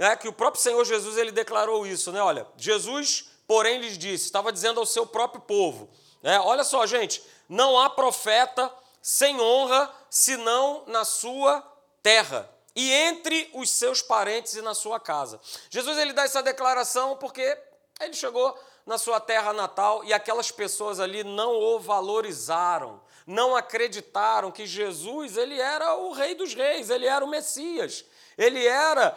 né, que o próprio Senhor Jesus ele declarou isso, né? Olha, Jesus, porém, lhes disse, estava dizendo ao seu próprio povo, né? Olha só, gente, não há profeta sem honra, senão na sua terra, e entre os seus parentes e na sua casa. Jesus ele dá essa declaração porque ele chegou na sua terra natal e aquelas pessoas ali não o valorizaram, não acreditaram que Jesus ele era o Rei dos Reis, ele era o Messias. Ele era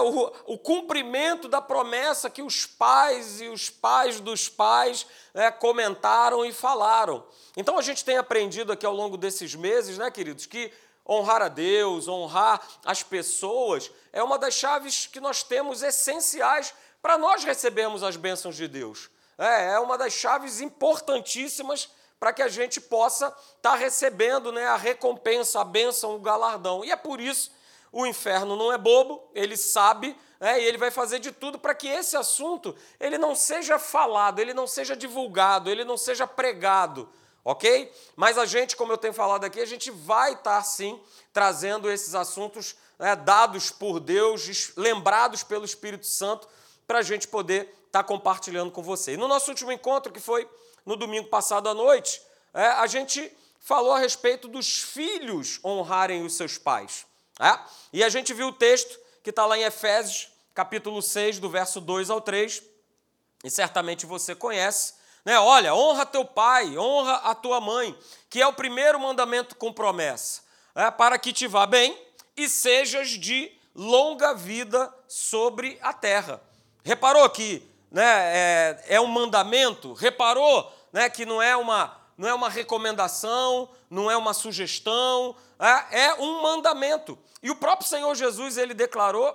o cumprimento da promessa que os pais e os pais dos pais comentaram e falaram. Então a gente tem aprendido aqui ao longo desses meses, né, queridos, que honrar a Deus, honrar as pessoas é uma das chaves que nós temos essenciais para nós recebermos as bênçãos de Deus. É uma das chaves importantíssimas para que a gente possa estar recebendo, né, a recompensa, a bênção, o galardão. E é por isso o inferno não é bobo, ele sabe, e ele vai fazer de tudo para que esse assunto ele não seja falado, ele não seja divulgado, ele não seja pregado, ok? Mas a gente, como eu tenho falado aqui, a gente vai estar, sim, trazendo esses assuntos dados por Deus, lembrados pelo Espírito Santo, para a gente poder estar compartilhando com você. E no nosso último encontro, que foi no domingo passado à noite, a gente falou a respeito dos filhos honrarem os seus pais. E a gente viu o texto que está lá em Efésios, capítulo 6, do verso 2 ao 3, e certamente você conhece, né? Olha, honra teu pai, honra a tua mãe, que é o primeiro mandamento com promessa, para que te vá bem e sejas de longa vida sobre a terra. Reparou que, né, é um mandamento? Reparou, né, que não é uma recomendação, não é uma sugestão, é um mandamento. E o próprio Senhor Jesus, ele declarou,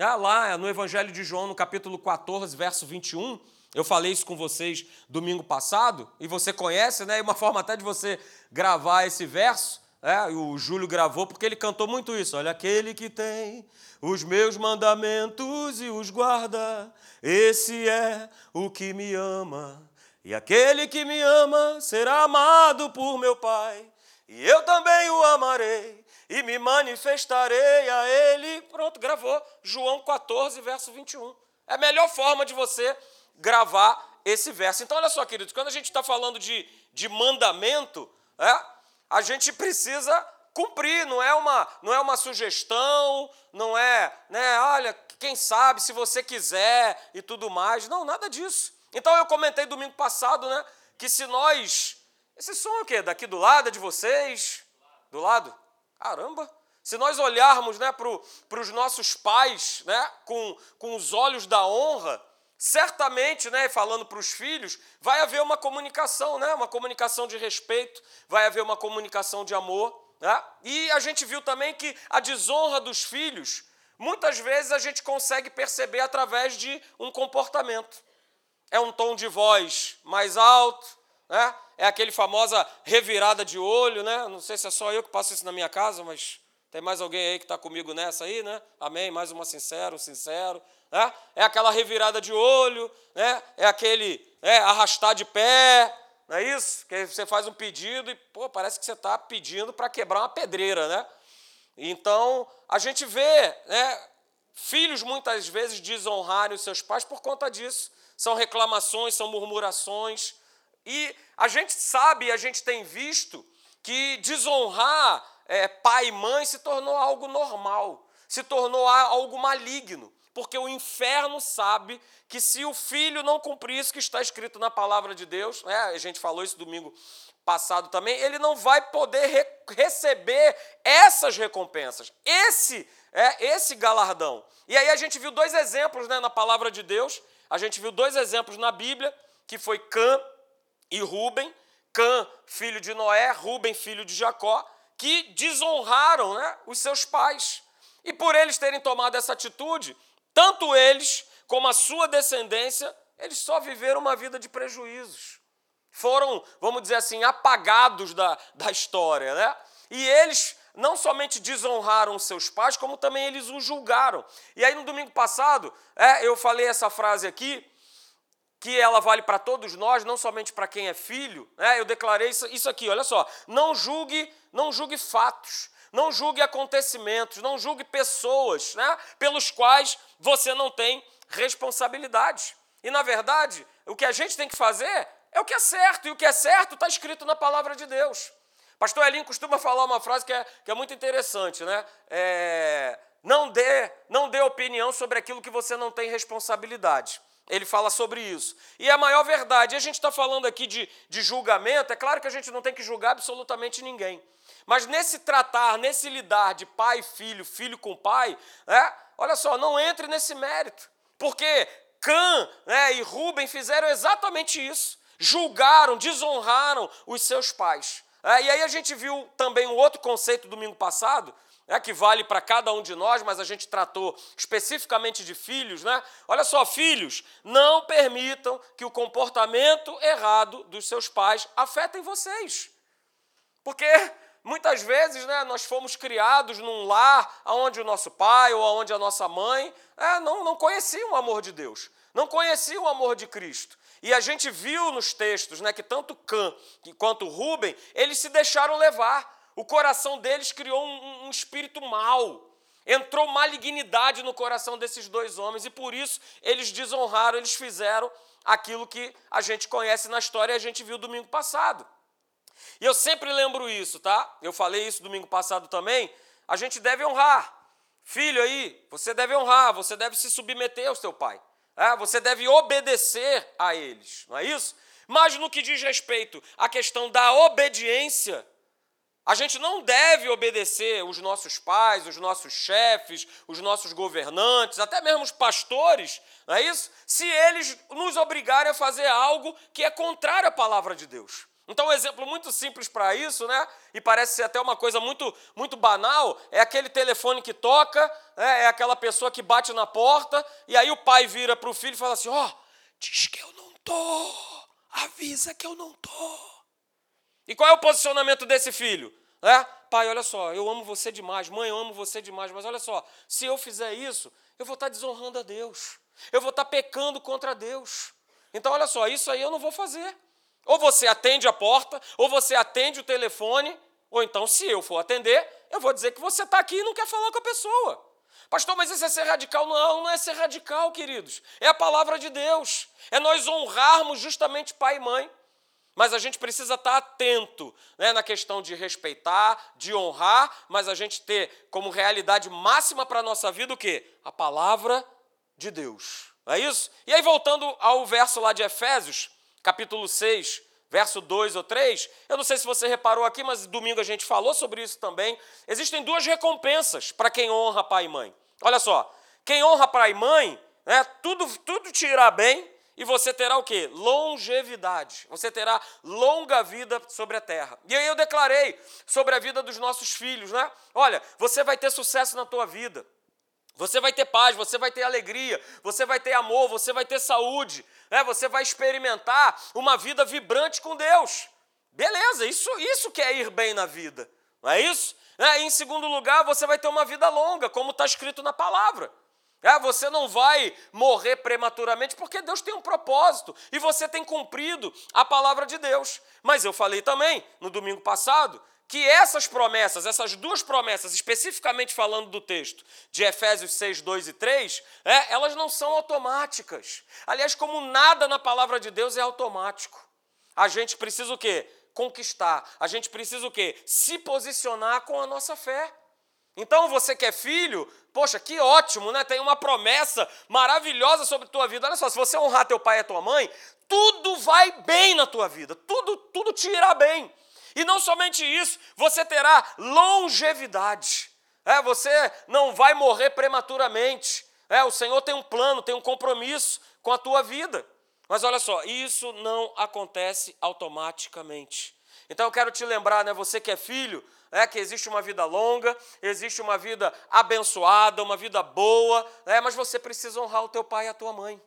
lá no Evangelho de João, no capítulo 14, verso 21, eu falei isso com vocês domingo passado, e você conhece, né, uma forma até de você gravar esse verso, o Júlio gravou porque ele cantou muito isso. Olha, aquele que tem os meus mandamentos e os guarda, esse é o que me ama. E aquele que me ama será amado por meu Pai, e eu também o amarei e me manifestarei a ele. Pronto, gravou. João 14, verso 21. É a melhor forma de você gravar esse verso. Então, olha só, queridos, quando a gente está falando de mandamento, a gente precisa cumprir, não é uma sugestão, não é, né, olha, quem sabe, se você quiser e tudo mais. Não, nada disso. Então, eu comentei domingo passado, né, que se nós... Esse som é o quê? Daqui do lado, é de vocês? Do lado? Caramba! Se nós olharmos, né, para os nossos pais, né, com os olhos da honra, certamente, né, falando para os filhos, vai haver uma comunicação, né, uma comunicação de respeito, vai haver uma comunicação de amor. Né? E a gente viu também que a desonra dos filhos, muitas vezes a gente consegue perceber através de um comportamento. É um tom de voz mais alto, né? É aquele famosa revirada de olho, né? Não sei se é só eu que passo isso na minha casa, mas tem mais alguém aí que está comigo nessa aí, né? Amém? Mais uma sincero. Né? É aquela revirada de olho, né? É aquele arrastar de pé, não é isso? Que você faz um pedido e, parece que você está pedindo para quebrar uma pedreira, né? Então, a gente vê, né, filhos muitas vezes desonrarem os seus pais por conta disso. São reclamações, são murmurações. E a gente sabe, a gente tem visto que desonrar pai e mãe se tornou algo normal, se tornou algo maligno, porque o inferno sabe que se o filho não cumprir isso que está escrito na palavra de Deus, né, a gente falou isso domingo passado também, ele não vai poder receber essas recompensas, esse galardão. E aí a gente viu dois exemplos, né, na palavra de Deus, a gente viu dois exemplos na Bíblia, que foi Cã e Rúben, Cã, filho de Noé, Rúben, filho de Jacó, que desonraram, né, os seus pais. E por eles terem tomado essa atitude, tanto eles como a sua descendência, eles só viveram uma vida de prejuízos. Foram, vamos dizer assim, apagados da história, né? E eles não somente desonraram os seus pais, como também eles os julgaram. E aí no domingo passado, eu falei essa frase aqui, que ela vale para todos nós, não somente para quem é filho, né? Eu declarei isso aqui, olha só, não julgue fatos, não julgue acontecimentos, não julgue pessoas, né, pelos quais você não tem responsabilidade. E, na verdade, o que a gente tem que fazer é o que é certo, e o que é certo está escrito na palavra de Deus. Pastor Elinho costuma falar uma frase que é muito interessante, né? Não dê opinião sobre aquilo que você não tem responsabilidade. Ele fala sobre isso. E é a maior verdade. E a gente está falando aqui de julgamento. É claro que a gente não tem que julgar absolutamente ninguém. Mas nesse tratar, nesse lidar de pai e filho, filho com pai, olha só, não entre nesse mérito. Porque Cã, e Rúben fizeram exatamente isso. Julgaram, desonraram os seus pais. E aí a gente viu também um outro conceito domingo passado, que vale para cada um de nós, mas a gente tratou especificamente de filhos, né? Olha só, filhos, não permitam que o comportamento errado dos seus pais afetem vocês. Porque muitas vezes, né, nós fomos criados num lar onde o nosso pai ou onde a nossa mãe não conheciam o amor de Deus, não conheciam o amor de Cristo. E a gente viu nos textos, né, que tanto Cã quanto Rúben, eles se deixaram levar. O coração deles criou um espírito mau. Entrou malignidade no coração desses dois homens e por isso eles desonraram, eles fizeram aquilo que a gente conhece na história e a gente viu domingo passado. E eu sempre lembro isso, tá? Eu falei isso domingo passado também. A gente deve honrar. Filho aí, você deve honrar, você deve se submeter ao seu pai. Você deve obedecer a eles, não é isso? Mas no que diz respeito à questão da obediência, a gente não deve obedecer os nossos pais, os nossos chefes, os nossos governantes, até mesmo os pastores, não é isso? Se eles nos obrigarem a fazer algo que é contrário à palavra de Deus. Então, um exemplo muito simples para isso, né? E parece ser até uma coisa muito banal, é aquele telefone que toca, é aquela pessoa que bate na porta, e aí o pai vira para o filho e fala assim, diz que eu não tô, avisa que eu não tô. E qual é o posicionamento desse filho? Pai, olha só, eu amo você demais, mãe, eu amo você demais, mas olha só, se eu fizer isso, eu vou estar desonrando a Deus, eu vou estar pecando contra Deus. Então, olha só, isso aí eu não vou fazer. Ou você atende a porta, ou você atende o telefone, ou então, se eu for atender, eu vou dizer que você está aqui e não quer falar com a pessoa. Pastor, mas isso é ser radical? Não, não é ser radical, queridos. É a palavra de Deus. É nós honrarmos justamente pai e mãe. Mas a gente precisa estar atento, né, na questão de respeitar, de honrar, mas a gente ter como realidade máxima para a nossa vida o quê? A palavra de Deus. Não é isso? E aí, voltando ao verso lá de Efésios, capítulo 6, verso 2 ou 3, eu não sei se você reparou aqui, mas domingo a gente falou sobre isso também. Existem duas recompensas para quem honra pai e mãe. Olha só, quem honra pai e mãe, né, tudo te irá bem e você terá o quê? Longevidade. Você terá longa vida sobre a terra. E aí eu declarei sobre a vida dos nossos filhos, né? Olha, você vai ter sucesso na tua vida. Você vai ter paz, você vai ter alegria, você vai ter amor, você vai ter saúde, né? Você vai experimentar uma vida vibrante com Deus. Beleza, isso que é ir bem na vida, não é isso? E em segundo lugar, você vai ter uma vida longa, como está escrito na palavra. Você não vai morrer prematuramente porque Deus tem um propósito e você tem cumprido a palavra de Deus. Mas eu falei também, no domingo passado, que essas promessas, essas duas promessas, especificamente falando do texto de Efésios 6, 2 e 3, elas não são automáticas. Aliás, como nada na palavra de Deus é automático. A gente precisa o quê? Conquistar. A gente precisa o quê? Se posicionar com a nossa fé. Então, você que é filho, poxa, que ótimo, né? Tem uma promessa maravilhosa sobre a tua vida. Olha só, se você honrar teu pai e a tua mãe, tudo vai bem na tua vida. Tudo te irá bem. E não somente isso, você terá longevidade. Você não vai morrer prematuramente. O Senhor tem um plano, tem um compromisso com a tua vida. Mas olha só, isso não acontece automaticamente. Então eu quero te lembrar, né, você que é filho, que existe uma vida longa, existe uma vida abençoada, uma vida boa, mas você precisa honrar o teu pai e a tua mãe.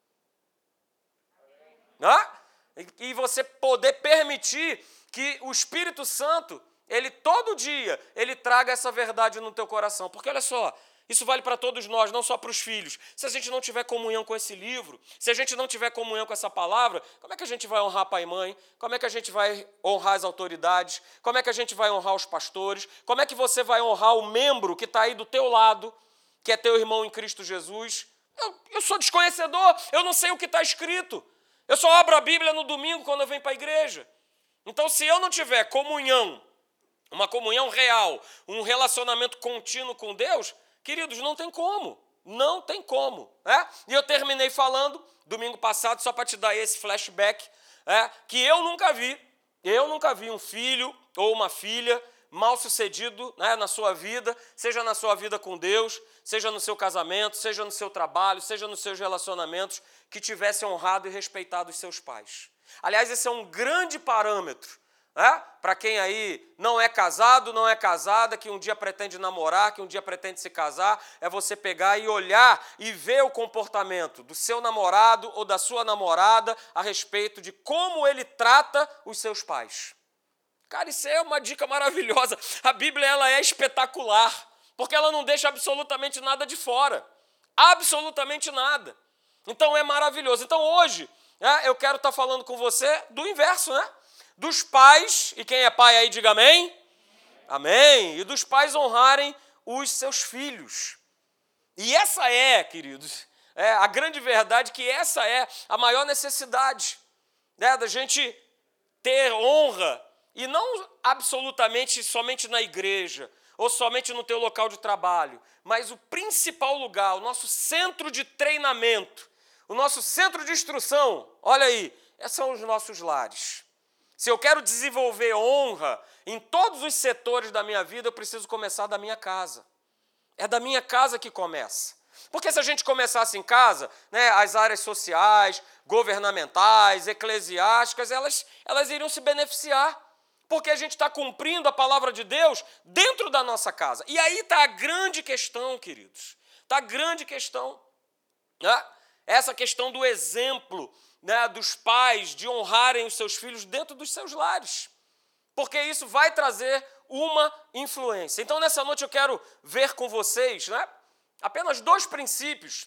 E você poder permitir que o Espírito Santo, ele todo dia, ele traga essa verdade no teu coração. Porque olha só, Isso vale para todos nós, não só para os filhos. Se a gente não tiver comunhão com esse livro, se a gente não tiver comunhão com essa palavra, como é que a gente vai honrar pai e mãe? Como é que a gente vai honrar as autoridades? Como é que a gente vai honrar os pastores? Como é que você vai honrar o membro que está aí do teu lado, que é teu irmão em Cristo Jesus? Eu sou desconhecedor, eu não sei o que está escrito. Eu só abro a Bíblia no domingo quando eu venho para a igreja. Então, se eu não tiver comunhão, uma comunhão real, um relacionamento contínuo com Deus, queridos, não tem como. Não tem como. E eu terminei falando, domingo passado, só para te dar esse flashback, que eu nunca vi um filho ou uma filha mal sucedido na sua vida, seja na sua vida com Deus, seja no seu casamento, seja no seu trabalho, seja nos seus relacionamentos, que tivesse honrado e respeitado os seus pais. Aliás, esse é um grande parâmetro, para quem aí não é casado, não é casada, que um dia pretende namorar, que um dia pretende se casar, é você pegar e olhar e ver o comportamento do seu namorado ou da sua namorada a respeito de como ele trata os seus pais. Cara, isso é uma dica maravilhosa. A Bíblia ela é espetacular, porque ela não deixa absolutamente nada de fora. Absolutamente nada. Então é maravilhoso. Então hoje eu quero estar falando com você do inverso, dos pais, e quem é pai aí diga amém? Amém. E dos pais honrarem os seus filhos. E essa queridos, a grande verdade, que essa é a maior necessidade, da gente ter honra, e não absolutamente somente na igreja, ou somente no teu local de trabalho, mas o principal lugar, o nosso centro de treinamento, o nosso centro de instrução, olha aí, esses são os nossos lares. Se eu quero desenvolver honra em todos os setores da minha vida, eu preciso começar da minha casa. É da minha casa que começa. Porque se a gente começasse em casa, as áreas sociais, governamentais, eclesiásticas, elas iriam se beneficiar. Porque a gente está cumprindo a palavra de Deus dentro da nossa casa. E aí está a grande questão, queridos. Está a grande questão. Essa questão do exemplo, dos pais de honrarem os seus filhos dentro dos seus lares. Porque isso vai trazer uma influência. Então, nessa noite eu quero ver com vocês apenas dois princípios,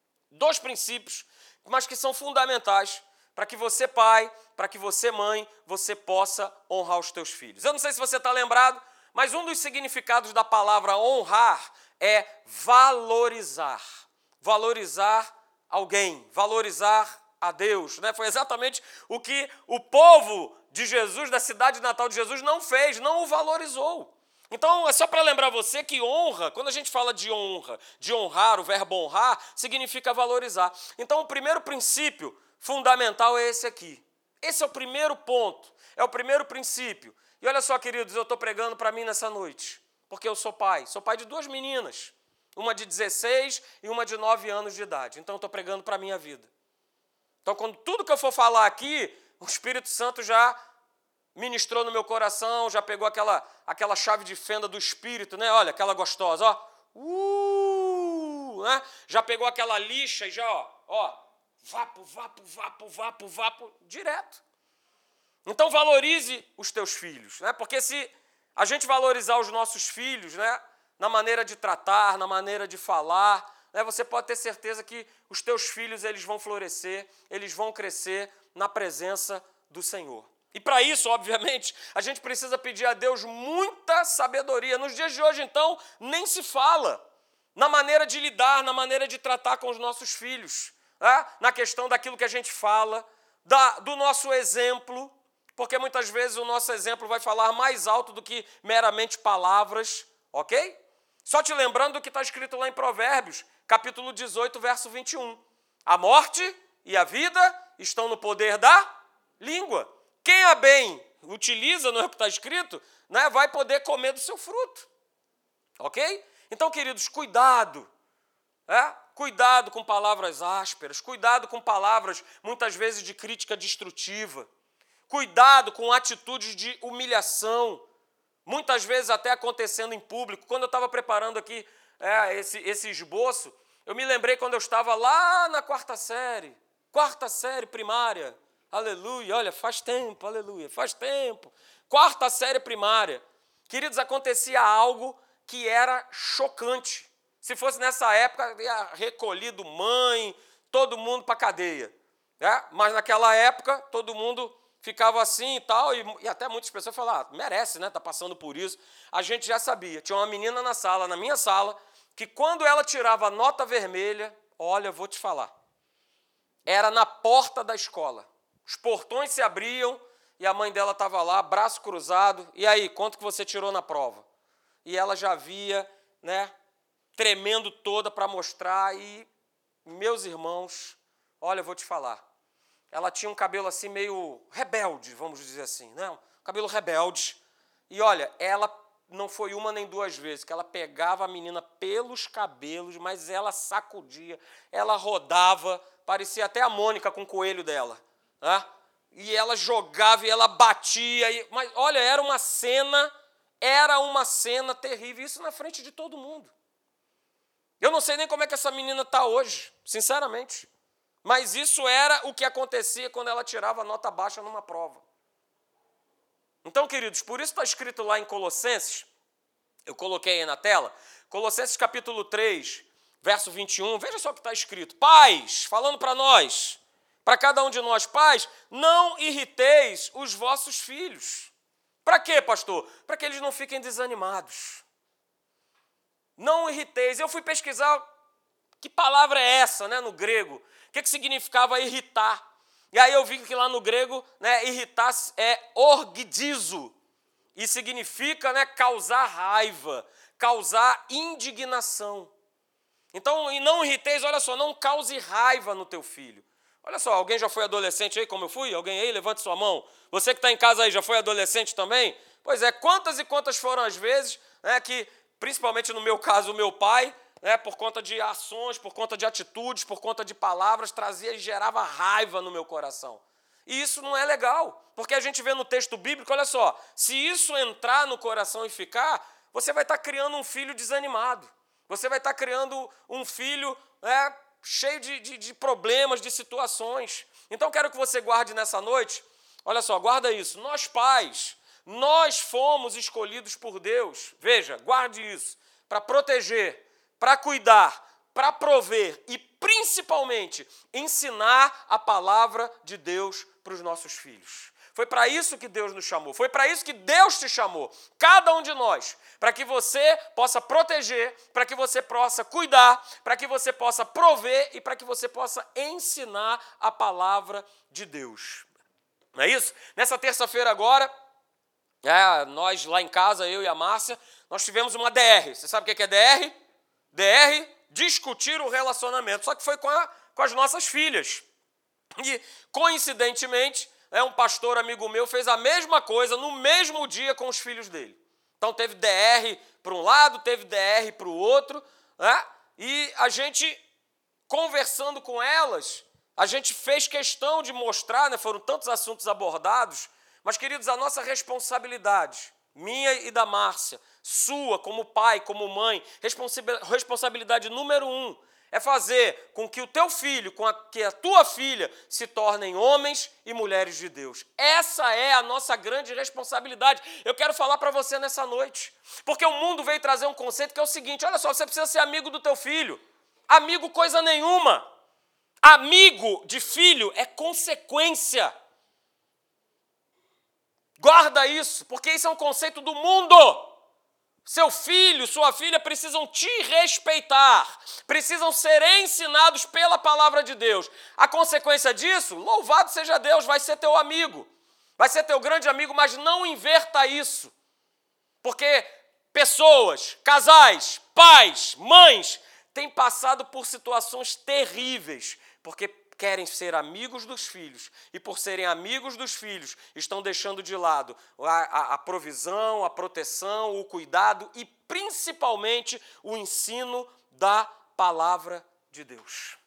mas que são fundamentais para que você, pai, para que você, mãe, você possa honrar os teus filhos. Eu não sei se você está lembrado, mas um dos significados da palavra honrar é valorizar. Valorizar alguém, valorizar a Deus. Foi exatamente o que o povo de Jesus, da cidade natal de Jesus, não fez, não o valorizou. Então, é só para lembrar você que honra, quando a gente fala de honra, de honrar, o verbo honrar, significa valorizar. Então, o primeiro princípio fundamental é esse aqui. Esse é o primeiro ponto, é o primeiro princípio. E olha só, queridos, eu estou pregando para mim nessa noite, porque eu sou pai de 2 meninas, uma de 16 e uma de 9 anos de idade. Então, eu estou pregando para a minha vida. Então, quando tudo que eu for falar aqui, o Espírito Santo já ministrou no meu coração, já pegou aquela chave de fenda do Espírito, olha, aquela gostosa, já pegou aquela lixa e já, vapo, direto. Então, valorize os teus filhos, porque se a gente valorizar os nossos filhos, na maneira de tratar, na maneira de falar, você pode ter certeza que os teus filhos eles vão florescer, eles vão crescer na presença do Senhor. E para isso, obviamente, a gente precisa pedir a Deus muita sabedoria. Nos dias de hoje, então, nem se fala na maneira de lidar, na maneira de tratar com os nossos filhos, na questão daquilo que a gente fala, do nosso exemplo, porque muitas vezes o nosso exemplo vai falar mais alto do que meramente palavras, ok? Só te lembrando do que está escrito lá em Provérbios, capítulo 18, verso 21. A morte e a vida estão no poder da língua. Quem a bem utiliza, não é o que está escrito, vai poder comer do seu fruto. Ok? Então, queridos, cuidado. Cuidado com palavras ásperas, cuidado com palavras, muitas vezes, de crítica destrutiva. Cuidado com atitudes de humilhação, muitas vezes até acontecendo em público. Quando eu estava preparando aqui esse esboço, eu me lembrei quando eu estava lá na quarta série primária. Aleluia, olha, faz tempo, aleluia, faz tempo. Quarta série primária. Queridos, acontecia algo que era chocante. Se fosse nessa época, ia recolhido mãe, todo mundo para a cadeia. Né? Mas naquela época, todo mundo ficava assim e tal, e até muitas pessoas falavam, merece, né? Está passando por isso. A gente já sabia. Tinha uma menina na sala, na minha sala, que quando ela tirava a nota vermelha, olha, vou te falar, era na porta da escola. Os portões se abriam e a mãe dela estava lá, braço cruzado. E aí, quanto que você tirou na prova? E ela já via, né, tremendo toda para mostrar. E, meus irmãos, olha, eu vou te falar, ela tinha um cabelo assim meio rebelde, vamos dizer assim, né? Um cabelo rebelde. E olha, ela não foi uma nem duas vezes, que ela pegava a menina pelos cabelos, mas ela sacudia, ela rodava, parecia até a Mônica com o coelho dela. Né? E ela jogava e ela batia. Mas olha, era uma cena terrível, isso na frente de todo mundo. Eu não sei nem como é que essa menina está hoje, sinceramente. Mas isso era o que acontecia quando ela tirava nota baixa numa prova. Então, queridos, por isso está escrito lá em Colossenses, eu coloquei aí na tela, Colossenses capítulo 3, verso 21, veja só o que está escrito. Pais, falando para nós, para cada um de nós, pais, não irriteis os vossos filhos. Para quê, pastor? Para que eles não fiquem desanimados. Não irriteis. Eu fui pesquisar que palavra é essa, né, no grego. O que significava irritar? E aí eu vi que lá no grego, né, irritar é orgidizo. E significa, né, causar raiva, causar indignação. Então, e não irriteis, olha só, não cause raiva no teu filho. Olha só, alguém já foi adolescente aí, como eu fui? Alguém aí? Levante sua mão. Você que está em casa aí, já foi adolescente também? Pois é, quantas e quantas foram as vezes, né, que, principalmente no meu caso, o meu pai, né, por conta de ações, por conta de atitudes, por conta de palavras, trazia e gerava raiva no meu coração. E isso não é legal, porque a gente vê no texto bíblico, olha só, se isso entrar no coração e ficar, você vai estar criando um filho desanimado. Você vai estar criando um filho, né, cheio de problemas, de situações. Então, quero que você guarde nessa noite, olha só, guarda isso. Nós pais, nós fomos escolhidos por Deus. Veja, guarde isso, para proteger, para cuidar, para prover e, principalmente, ensinar a palavra de Deus para os nossos filhos. Foi para isso que Deus nos chamou, foi para isso que Deus te chamou, cada um de nós, para que você possa proteger, para que você possa cuidar, para que você possa prover e para que você possa ensinar a palavra de Deus. Não é isso? Nessa terça-feira agora, nós lá em casa, eu e a Márcia, nós tivemos uma DR. Você sabe o que é DR? DR, discutir o relacionamento, só que foi com as nossas filhas. E, coincidentemente, um pastor amigo meu fez a mesma coisa no mesmo dia com os filhos dele. Então, teve DR para um lado, teve DR para o outro, né? E a gente, conversando com elas, a gente fez questão de mostrar, né? Foram tantos assuntos abordados, mas, queridos, a nossa responsabilidade, minha e da Márcia, sua como pai, como mãe, responsabilidade número 1 é fazer com que o teu filho, que a tua filha se tornem homens e mulheres de Deus. Essa é a nossa grande responsabilidade. Eu quero falar para você nessa noite, porque o mundo veio trazer um conceito que é o seguinte, olha só, você precisa ser amigo do teu filho. Amigo coisa nenhuma. Amigo de filho é consequência. Guarda isso, porque isso é um conceito do mundo. Seu filho, sua filha precisam te respeitar, precisam ser ensinados pela palavra de Deus. A consequência disso, louvado seja Deus, vai ser teu amigo, vai ser teu grande amigo, mas não inverta isso. Porque pessoas, casais, pais, mães, têm passado por situações terríveis, porque querem ser amigos dos filhos e, por serem amigos dos filhos, estão deixando de lado a provisão, a proteção, o cuidado e, principalmente, o ensino da palavra de Deus.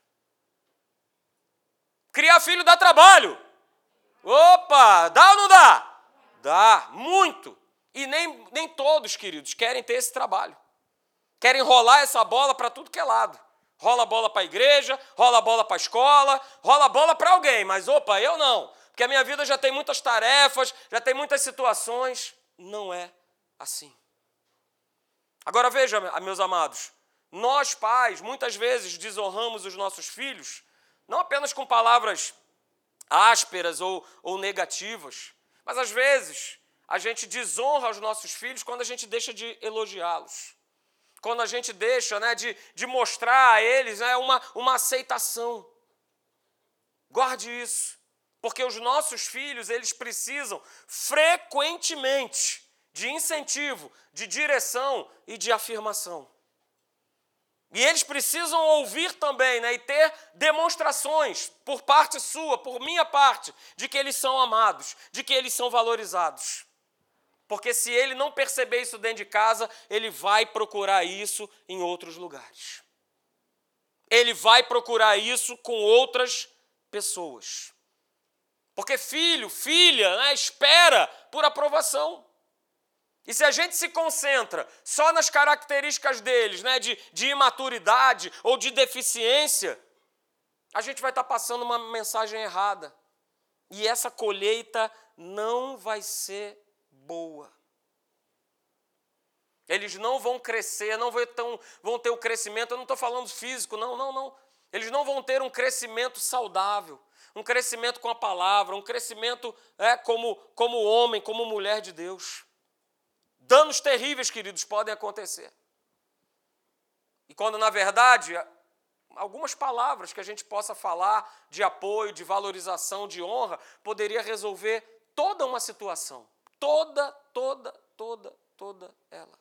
Criar filho dá trabalho. Opa, dá ou não dá? Dá, muito. E nem todos, queridos, querem ter esse trabalho. Querem rolar essa bola para tudo que é lado. Rola a bola para a igreja, rola a bola para a escola, rola a bola para alguém, mas opa, eu não, porque a minha vida já tem muitas tarefas, já tem muitas situações. Não é assim. Agora veja, meus amados, nós pais, muitas vezes desonramos os nossos filhos, não apenas com palavras ásperas ou negativas, mas às vezes a gente desonra os nossos filhos quando a gente deixa de elogiá-los, quando a gente deixa, né, de mostrar a eles, né, uma aceitação. Guarde isso, porque os nossos filhos, eles precisam frequentemente de incentivo, de direção e de afirmação. E eles precisam ouvir também, né, e ter demonstrações por parte sua, por minha parte, de que eles são amados, de que eles são valorizados. Porque se ele não perceber isso dentro de casa, ele vai procurar isso em outros lugares. Ele vai procurar isso com outras pessoas. Porque filho, filha, né, espera por aprovação. E se a gente se concentra só nas características deles, né, de imaturidade ou de deficiência, a gente vai estar passando uma mensagem errada. E essa colheita não vai ser boa. Eles não vão crescer, não vão ter o crescimento, eu não estou falando físico, não. Eles não vão ter um crescimento saudável, um crescimento com a palavra, um crescimento como homem, como mulher de Deus. Danos terríveis, queridos, podem acontecer. E quando, na verdade, algumas palavras que a gente possa falar de apoio, de valorização, de honra, poderia resolver toda uma situação. Toda ela.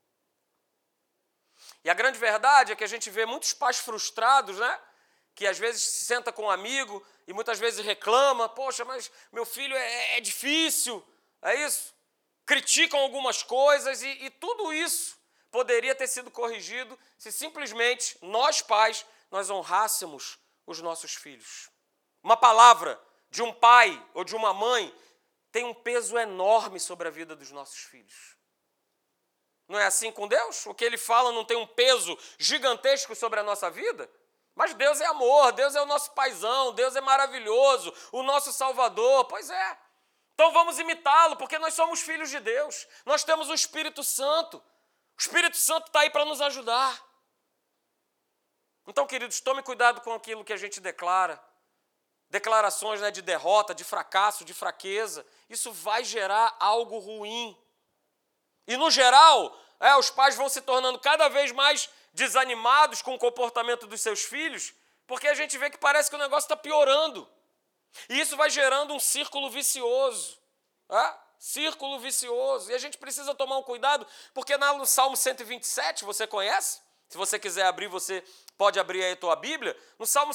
E a grande verdade é que a gente vê muitos pais frustrados, né? Que às vezes se senta com um amigo e muitas vezes reclama, poxa, mas meu filho é difícil, é isso? Criticam algumas coisas e tudo isso poderia ter sido corrigido se simplesmente nós pais, nós honrássemos os nossos filhos. Uma palavra de um pai ou de uma mãe tem um peso enorme sobre a vida dos nossos filhos. Não é assim com Deus? O que Ele fala não tem um peso gigantesco sobre a nossa vida? Mas Deus é amor, Deus é o nosso paizão, Deus é maravilhoso, o nosso Salvador, pois é. Então vamos imitá-lo, porque nós somos filhos de Deus. Nós temos o Espírito Santo. O Espírito Santo está aí para nos ajudar. Então, queridos, tome cuidado com aquilo que a gente declara. Declarações, né, de derrota, de fracasso, de fraqueza. Isso vai gerar algo ruim. E, no geral, os pais vão se tornando cada vez mais desanimados com o comportamento dos seus filhos, porque a gente vê que parece que o negócio está piorando. E isso vai gerando um círculo vicioso. Círculo vicioso. E a gente precisa tomar um cuidado, porque no Salmo 127, você conhece? Se você quiser abrir, você pode abrir aí a tua Bíblia. No Salmo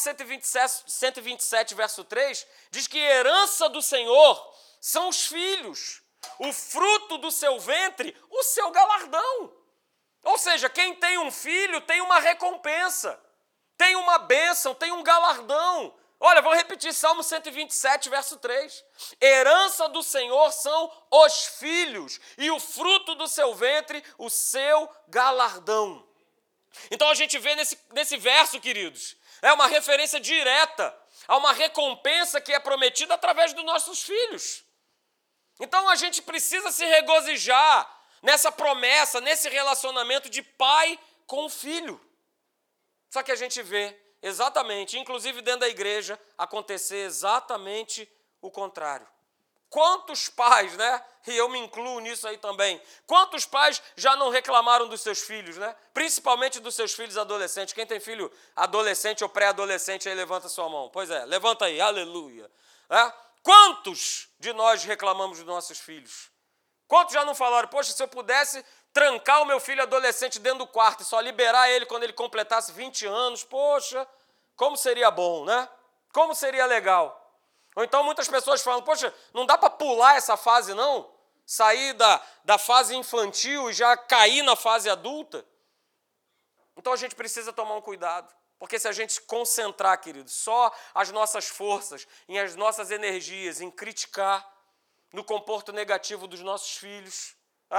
127, verso 3, diz que a herança do Senhor são os filhos, o fruto do seu ventre, o seu galardão. Ou seja, quem tem um filho tem uma recompensa, tem uma bênção, tem um galardão. Olha, vou repetir Salmo 127, verso 3. Herança do Senhor são os filhos, e o fruto do seu ventre, o seu galardão. Então a gente vê nesse verso, queridos, é uma referência direta a uma recompensa que é prometida através dos nossos filhos. Então a gente precisa se regozijar nessa promessa, nesse relacionamento de pai com filho. Só que a gente vê exatamente, inclusive dentro da igreja, acontecer exatamente o contrário. Quantos pais, né? E eu me incluo nisso aí também. Quantos pais já não reclamaram dos seus filhos, né? Principalmente dos seus filhos adolescentes. Quem tem filho adolescente ou pré-adolescente aí, levanta sua mão. Pois é, levanta aí, aleluia. Quantos de nós reclamamos dos nossos filhos? Quantos já não falaram, poxa, se eu pudesse trancar o meu filho adolescente dentro do quarto e só liberar ele quando ele completasse 20 anos, poxa, como seria bom, né? Como seria legal. Ou então muitas pessoas falam, poxa, não dá para pular essa fase não? Sair da fase infantil e já cair na fase adulta? Então a gente precisa tomar um cuidado, porque se a gente concentrar, queridos, só as nossas forças, em as nossas energias, em criticar, no comportamento negativo dos nossos filhos,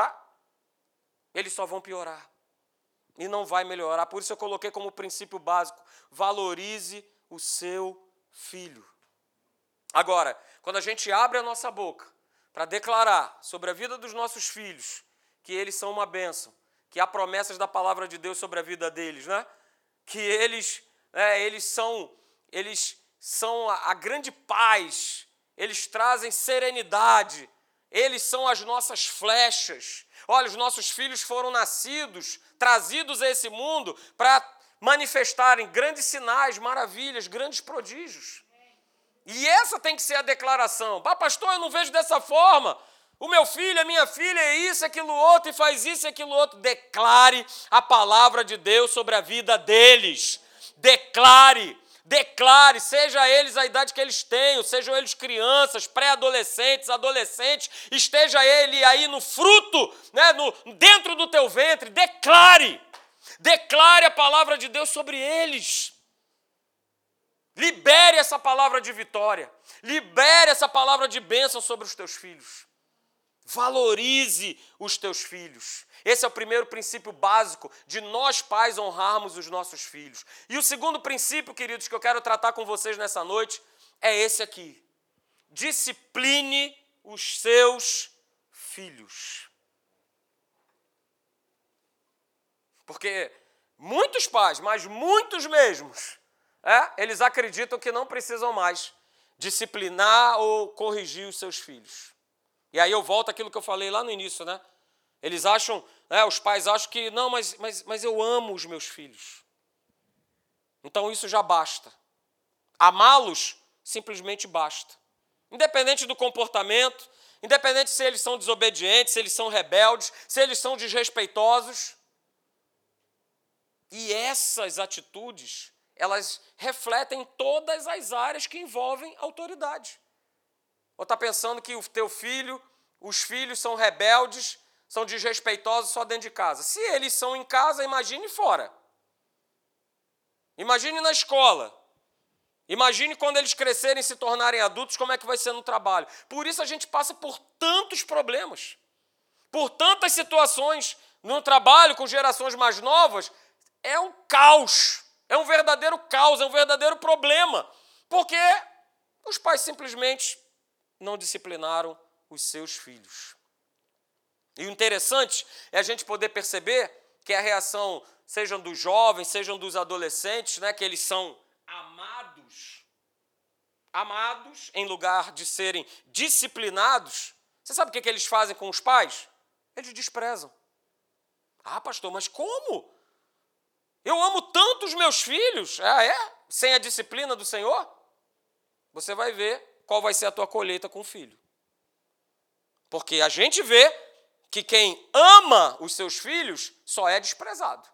eles só vão piorar e não vai melhorar. Por isso eu coloquei como princípio básico, valorize o seu filho. Agora, quando a gente abre a nossa boca para declarar sobre a vida dos nossos filhos que eles são uma bênção, que há promessas da palavra de Deus sobre a vida deles, né? Que eles são a grande paz, eles trazem serenidade, eles são as nossas flechas. Olha, os nossos filhos foram nascidos, trazidos a esse mundo para manifestarem grandes sinais, maravilhas, grandes prodígios. E essa tem que ser a declaração. Pastor, eu não vejo dessa forma. O meu filho, a minha filha é isso, aquilo outro, e faz isso e aquilo outro. Declare a palavra de Deus sobre a vida deles. Declare, seja eles a idade que eles tenham, sejam eles crianças, pré-adolescentes, adolescentes, esteja ele aí no fruto, né, dentro do teu ventre. Declare a palavra de Deus sobre eles. Libere essa palavra de vitória, libere essa palavra de bênção sobre os teus filhos. Valorize os teus filhos. Esse é o primeiro princípio básico de nós pais honrarmos os nossos filhos. E o segundo princípio, queridos, que eu quero tratar com vocês nessa noite é esse aqui. Discipline os seus filhos. Porque muitos pais, mas muitos mesmos, eles acreditam que não precisam mais disciplinar ou corrigir os seus filhos. E aí eu volto àquilo que eu falei lá no início, né? Eles acham, os pais acham que, não, mas eu amo os meus filhos. Então isso já basta. Amá-los simplesmente basta. Independente do comportamento, independente se eles são desobedientes, se eles são rebeldes, se eles são desrespeitosos. E essas atitudes, elas refletem todas as áreas que envolvem autoridade. Ou está pensando que o teu filho, os filhos são rebeldes, são desrespeitosos só dentro de casa. Se eles são em casa, imagine fora. Imagine na escola. Imagine quando eles crescerem e se tornarem adultos, como é que vai ser no trabalho. Por isso a gente passa por tantos problemas, por tantas situações no trabalho com gerações mais novas. É um caos, é um verdadeiro caos, é um verdadeiro problema, porque os pais simplesmente não disciplinaram os seus filhos. E o interessante é a gente poder perceber que a reação, sejam dos jovens, sejam dos adolescentes, né, que eles são amados em lugar de serem disciplinados. Você sabe o que eles fazem com os pais? Eles desprezam. Pastor, mas como? Eu amo tanto os meus filhos. Sem a disciplina do Senhor? Você vai ver qual vai ser a tua colheita com o filho. Porque a gente vê que quem ama os seus filhos só é desprezado.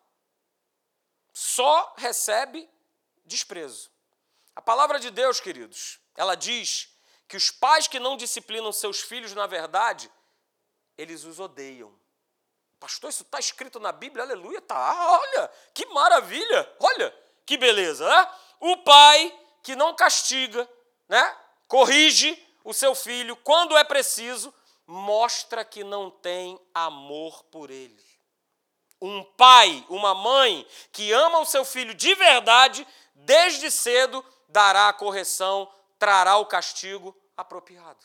Só recebe desprezo. A palavra de Deus, queridos, ela diz que os pais que não disciplinam seus filhos, na verdade, eles os odeiam. Pastor, isso está escrito na Bíblia? Aleluia, tá. Olha, que maravilha. Olha, que beleza. Né? O pai que não castiga, né, corrige o seu filho quando é preciso, mostra que não tem amor por ele. Um pai, uma mãe que ama o seu filho de verdade, desde cedo dará a correção, trará o castigo apropriado.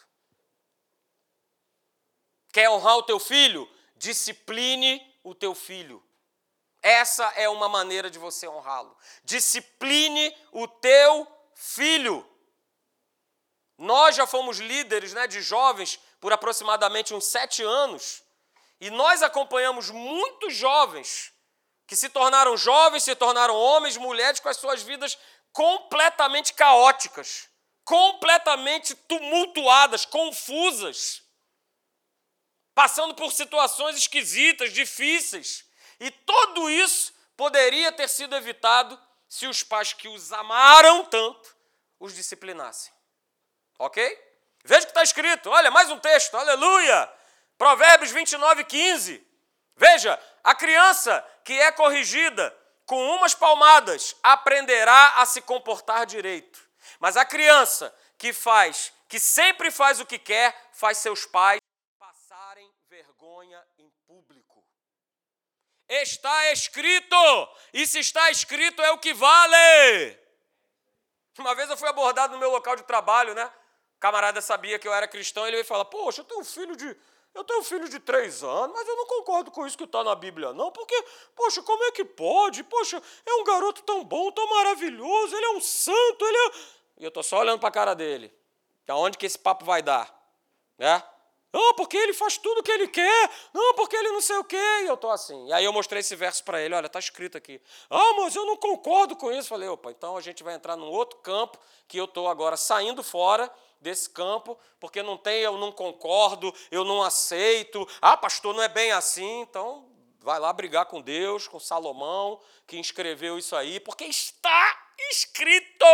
Quer honrar o teu filho? Discipline o teu filho. Essa é uma maneira de você honrá-lo. Discipline o teu filho. Nós já fomos líderes, né, de jovens por aproximadamente uns 7 anos. E nós acompanhamos muitos jovens que se tornaram jovens, se tornaram homens, mulheres com as suas vidas completamente caóticas, completamente tumultuadas, confusas, passando por situações esquisitas, difíceis. E tudo isso poderia ter sido evitado se os pais que os amaram tanto os disciplinassem. Ok? Veja o que está escrito. Olha, mais um texto. Aleluia! Provérbios 29:15. Veja, a criança que é corrigida com umas palmadas aprenderá a se comportar direito. Mas a criança que sempre faz o que quer, faz seus pais passarem vergonha em público. Está escrito, e se está escrito é o que vale. Uma vez eu fui abordado no meu local de trabalho, né? O camarada sabia que eu era cristão, ele veio falar, poxa, eu tenho um filho eu tenho um filho de 3 anos, mas eu não concordo com isso que está na Bíblia, não, porque, poxa, como é que pode? Poxa, é um garoto tão bom, tão maravilhoso, ele é um santo, ele é... E eu estou só olhando para a cara dele. Aonde que esse papo vai dar? Né? Não, porque ele faz tudo o que ele quer. Não, porque ele não sei o quê. E eu estou assim. E aí eu mostrei esse verso para ele. Olha, está escrito aqui. Ah, mas eu não concordo com isso. Falei, opa, então a gente vai entrar num outro campo que eu estou agora saindo fora desse campo, porque não tem, eu não concordo, eu não aceito. Ah, pastor, não é bem assim. Então, vai lá brigar com Deus, com Salomão, que escreveu isso aí, porque está escrito.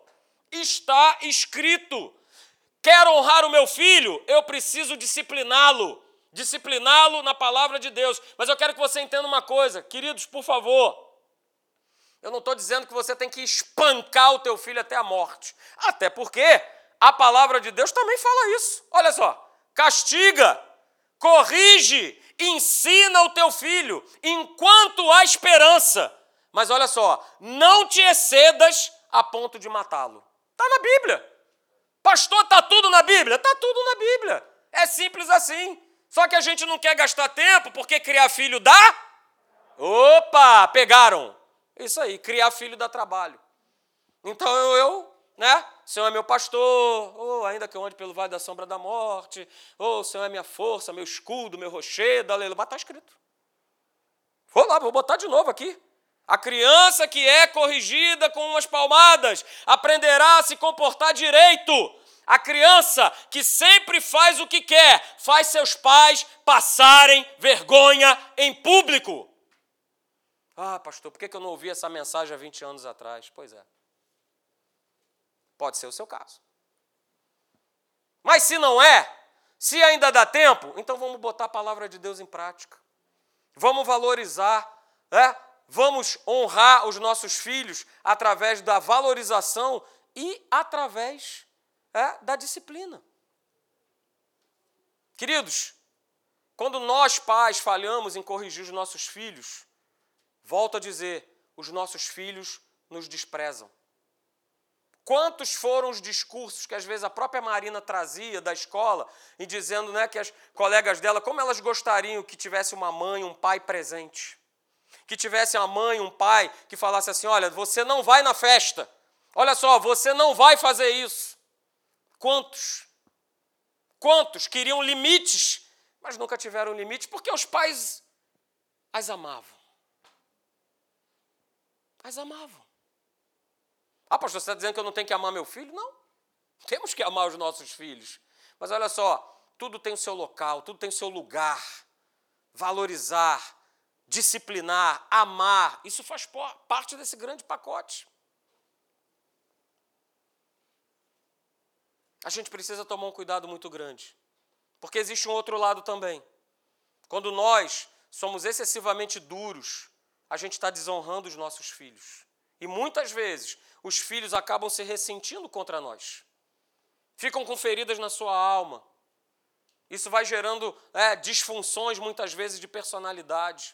Está escrito. Quero honrar o meu filho, eu preciso discipliná-lo. Discipliná-lo na palavra de Deus. Mas eu quero que você entenda uma coisa. Queridos, por favor. Eu não estou dizendo que você tem que espancar o teu filho até a morte. Até porque a palavra de Deus também fala isso. Olha só. Castiga, corrige, ensina o teu filho enquanto há esperança. Mas olha só. Não te excedas a ponto de matá-lo. Está na Bíblia. Pastor, está tudo na Bíblia? Está tudo na Bíblia. É simples assim. Só que a gente não quer gastar tempo, porque criar filho dá... Opa, pegaram. Isso aí, criar filho dá trabalho. Então né? O Senhor é meu pastor, ainda que eu ande pelo vale da sombra da morte, o Senhor é minha força, meu escudo, meu rochedo, aleluia. Mas está escrito. Vou lá, vou botar de novo aqui. A criança que é corrigida com umas palmadas aprenderá a se comportar direito. A criança que sempre faz o que quer, faz seus pais passarem vergonha em público. Ah, pastor, por que eu não ouvi essa mensagem há 20 anos atrás? Pois é. Pode ser o seu caso. Mas se não é, se ainda dá tempo, então vamos botar a palavra de Deus em prática. Vamos valorizar, né? Vamos honrar os nossos filhos através da valorização e através da disciplina. Queridos, quando nós pais falhamos em corrigir os nossos filhos, volto a dizer, os nossos filhos nos desprezam. Quantos foram os discursos que às vezes a própria Marina trazia da escola e dizendo, né, que as colegas dela, como elas gostariam que tivesse uma mãe, um pai presente. Que tivesse uma mãe, um pai, que falasse assim, olha, você não vai na festa. Olha só, você não vai fazer isso. Quantos? Quantos queriam limites, mas nunca tiveram limites, porque os pais as amavam. As amavam. Ah, pastor, você está dizendo que eu não tenho que amar meu filho? Não. Temos que amar os nossos filhos. Mas olha só, tudo tem o seu local, tudo tem o seu lugar. Valorizar, disciplinar, amar, isso faz parte desse grande pacote. A gente precisa tomar um cuidado muito grande, porque existe um outro lado também. Quando nós somos excessivamente duros, a gente está desonrando os nossos filhos. E muitas vezes os filhos acabam se ressentindo contra nós. Ficam com feridas na sua alma. Isso vai gerando disfunções, muitas vezes, de personalidade.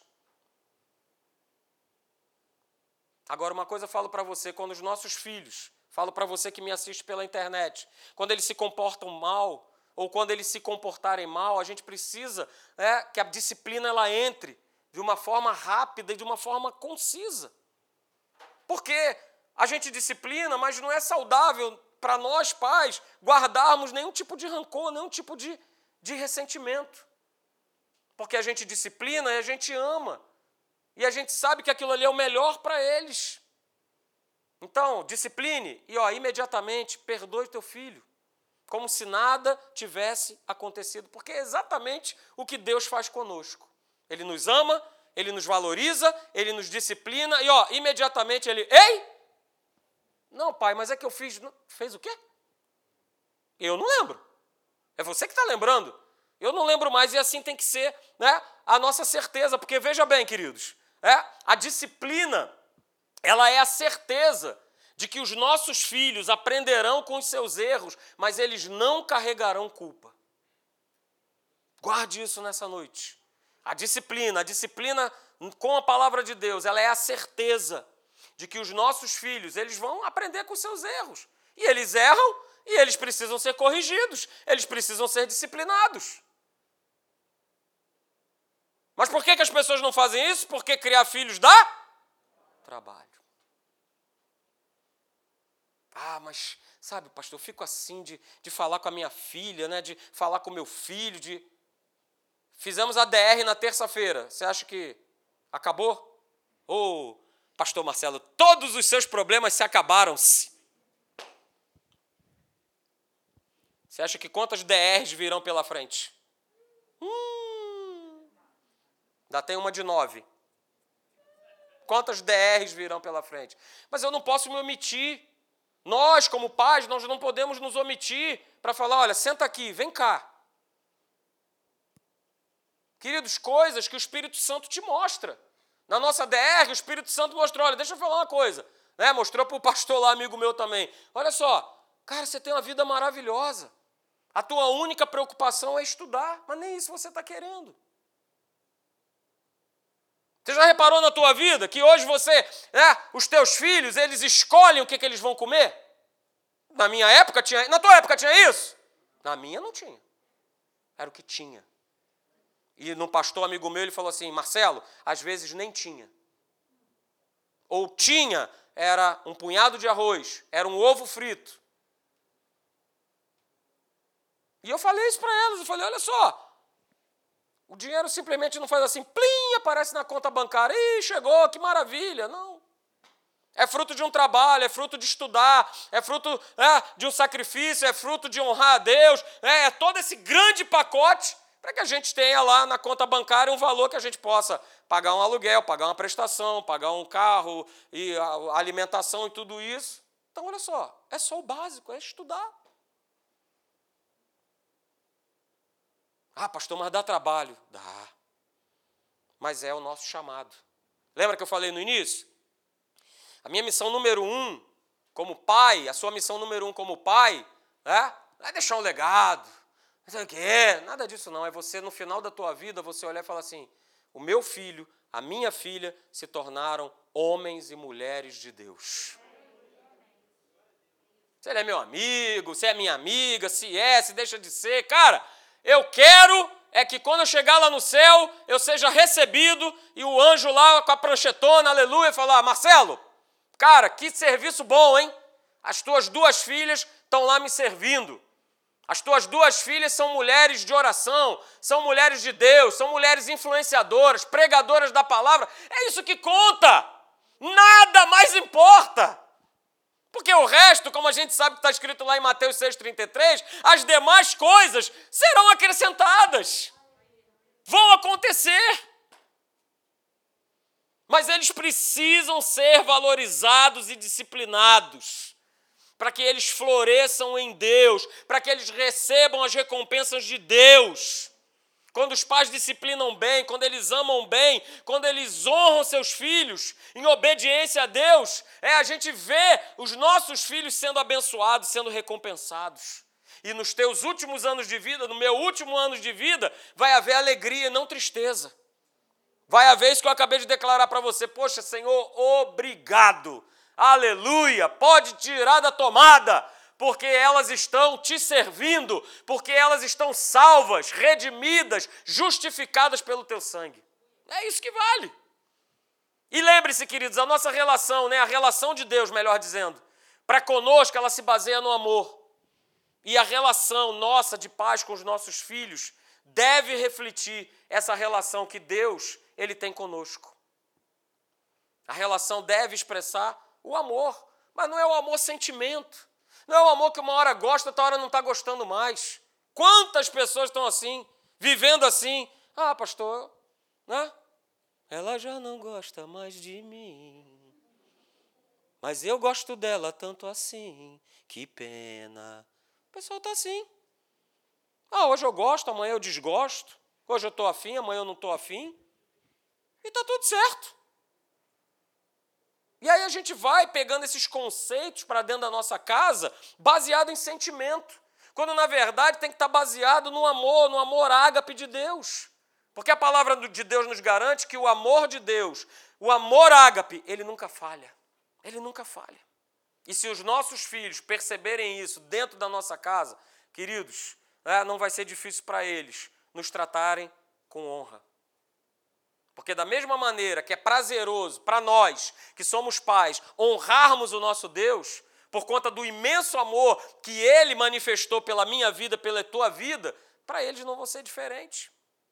Agora, uma coisa eu falo para você, quando os nossos filhos, falo para você que me assiste pela internet, quando eles se comportam mal, ou quando eles se comportarem mal, a gente precisa que a disciplina ela entre de uma forma rápida e de uma forma concisa. Porque a gente disciplina, mas não é saudável para nós, pais, guardarmos nenhum tipo de rancor, nenhum tipo de ressentimento. Porque a gente disciplina e a gente ama. E a gente sabe que aquilo ali é o melhor para eles. Então, discipline e imediatamente perdoe teu filho. Como se nada tivesse acontecido. Porque é exatamente o que Deus faz conosco. Ele nos ama, Ele nos valoriza, Ele nos disciplina e imediatamente Ele... Ei! Não, pai, mas é que eu fiz... Fez o quê? Eu não lembro. É você que está lembrando. Eu não lembro mais e assim tem que ser, né, a nossa certeza. Porque veja bem, queridos, a disciplina, ela é a certeza de que os nossos filhos aprenderão com os seus erros, mas eles não carregarão culpa. Guarde isso nessa noite. A disciplina com a palavra de Deus, ela é a certeza de que os nossos filhos, eles vão aprender com os seus erros. E eles erram e eles precisam ser corrigidos, eles precisam ser disciplinados. Mas por que as pessoas não fazem isso? Porque criar filhos dá trabalho. Ah, mas, sabe, pastor, eu fico assim de falar com a minha filha, né? De falar com o meu filho, Fizemos a DR na terça-feira. Você acha que acabou? Ô, pastor Marcelo, todos os seus problemas se acabaram-se. Você acha que quantas DRs virão pela frente? Ainda tem uma de 9. Quantas DRs virão pela frente? Mas eu não posso me omitir. Nós, como pais, nós não podemos nos omitir para falar, olha, senta aqui, vem cá. Queridos, coisas que o Espírito Santo te mostra. Na nossa DR, o Espírito Santo mostrou, olha, deixa eu falar uma coisa. Né? Mostrou para o pastor lá, amigo meu também. Olha só, cara, você tem uma vida maravilhosa. A tua única preocupação é estudar, mas nem isso você está querendo. Você já reparou na tua vida que hoje os teus filhos, eles escolhem o que eles vão comer? Na minha época tinha, na tua época tinha isso? Na minha não tinha. Era o que tinha. E num pastor amigo meu, ele falou assim, Marcelo, às vezes nem tinha. Ou tinha, era um punhado de arroz, era um ovo frito. E eu falei isso para elas, eu falei, olha só, o dinheiro simplesmente não faz assim, plim, aparece na conta bancária, ih, chegou, que maravilha, não. É fruto de um trabalho, é fruto de estudar, é fruto de um sacrifício, é fruto de honrar a Deus, é todo esse grande pacote para que a gente tenha lá na conta bancária um valor que a gente possa pagar um aluguel, pagar uma prestação, pagar um carro, e a alimentação e tudo isso. Então, olha só, é só o básico, é estudar. Ah, pastor, mas dá trabalho. Dá. Mas é o nosso chamado. Lembra que eu falei no início? A minha missão número 1 como pai, a sua missão número 1 como pai, não é deixar um legado, não sei o quê, nada disso não. É você, no final da tua vida, você olhar e falar assim, o meu filho, a minha filha se tornaram homens e mulheres de Deus. Se ele é meu amigo, se é minha amiga, se deixa de ser, cara, eu quero é que quando eu chegar lá no céu, eu seja recebido e o anjo lá com a pranchetona, aleluia, falar, Marcelo, cara, que serviço bom, hein? As tuas 2 filhas estão lá me servindo. As tuas 2 filhas são mulheres de oração, são mulheres de Deus, são mulheres influenciadoras, pregadoras da palavra. É isso que conta. Nada mais importa. Porque o resto, como a gente sabe que está escrito lá em Mateus 6,33, as demais coisas serão acrescentadas. Vão acontecer. Mas eles precisam ser valorizados e disciplinados para que eles floresçam em Deus, para que eles recebam as recompensas de Deus. Quando os pais disciplinam bem, quando eles amam bem, quando eles honram seus filhos em obediência a Deus, a gente vê os nossos filhos sendo abençoados, sendo recompensados. E nos teus últimos anos de vida, no meu último ano de vida, vai haver alegria e não tristeza. Vai haver isso que eu acabei de declarar para você. Poxa, Senhor, obrigado. Aleluia. Pode tirar da tomada, porque elas estão te servindo, porque elas estão salvas, redimidas, justificadas pelo teu sangue. É isso que vale. E lembre-se, queridos, a nossa relação, a relação de Deus, melhor dizendo, para conosco ela se baseia no amor. E a relação nossa de paz com os nossos filhos deve refletir essa relação que Deus ele tem conosco. A relação deve expressar o amor, mas não é o amor sentimento. Não é o amor que uma hora gosta, outra hora não está gostando mais. Quantas pessoas estão assim, vivendo assim? Ah, pastor, ela já não gosta mais de mim, mas eu gosto dela tanto assim, que pena. O pessoal está assim. Hoje eu gosto, amanhã eu desgosto. Hoje eu estou afim, amanhã eu não estou afim. E está tudo certo. E aí a gente vai pegando esses conceitos para dentro da nossa casa, baseado em sentimento. Quando, na verdade, tem que estar baseado no amor ágape de Deus. Porque a palavra de Deus nos garante que o amor de Deus, o amor ágape, ele nunca falha. Ele nunca falha. E se os nossos filhos perceberem isso dentro da nossa casa, queridos, não vai ser difícil para eles nos tratarem com honra. Porque da mesma maneira que é prazeroso para nós, que somos pais, honrarmos o nosso Deus, por conta do imenso amor que Ele manifestou pela minha vida, pela tua vida, para eles não vai ser diferente.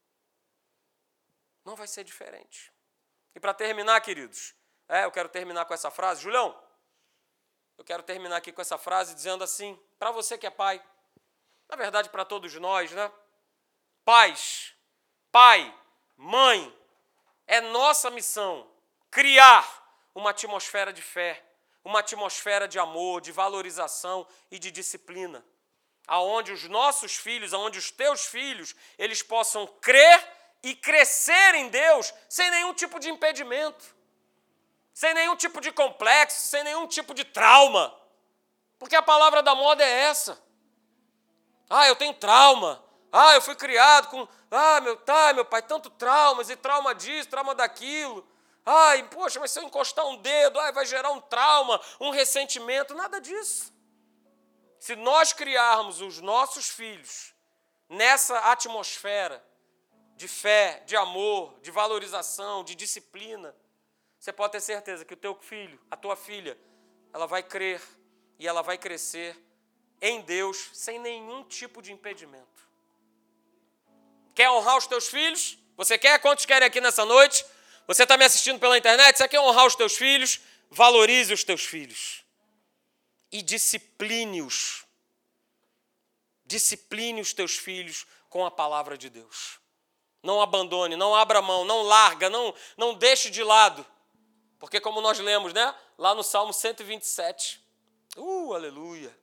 Não vai ser diferente. E para terminar, queridos, eu quero terminar com essa frase. Julião, eu quero terminar aqui com essa frase dizendo assim, para você que é pai, na verdade para todos nós, né? Pais, pai, mãe, é nossa missão criar uma atmosfera de fé, uma atmosfera de amor, de valorização e de disciplina, aonde os nossos filhos, aonde os teus filhos, eles possam crer e crescer em Deus sem nenhum tipo de impedimento, sem nenhum tipo de complexo, sem nenhum tipo de trauma, porque a palavra da moda é essa. Eu tenho trauma. Eu fui criado com... meu pai, tanto traumas, e trauma disso, trauma daquilo. Poxa, mas se eu encostar um dedo, vai gerar um trauma, um ressentimento, nada disso. Se nós criarmos os nossos filhos nessa atmosfera de fé, de amor, de valorização, de disciplina, você pode ter certeza que o teu filho, a tua filha, ela vai crer e ela vai crescer em Deus sem nenhum tipo de impedimento. Quer honrar os teus filhos? Você quer? Quantos querem aqui nessa noite? Você está me assistindo pela internet? Você quer honrar os teus filhos? Valorize os teus filhos. E discipline-os. Discipline os teus filhos com a palavra de Deus. Não abandone, não abra mão, não larga, não deixe de lado. Porque como nós lemos, né? Lá no Salmo 127. Aleluia.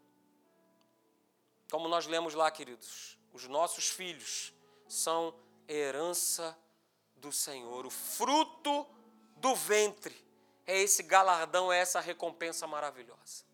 Como nós lemos lá, queridos, os nossos filhos são herança do Senhor. O fruto do ventre é esse galardão, é essa recompensa maravilhosa.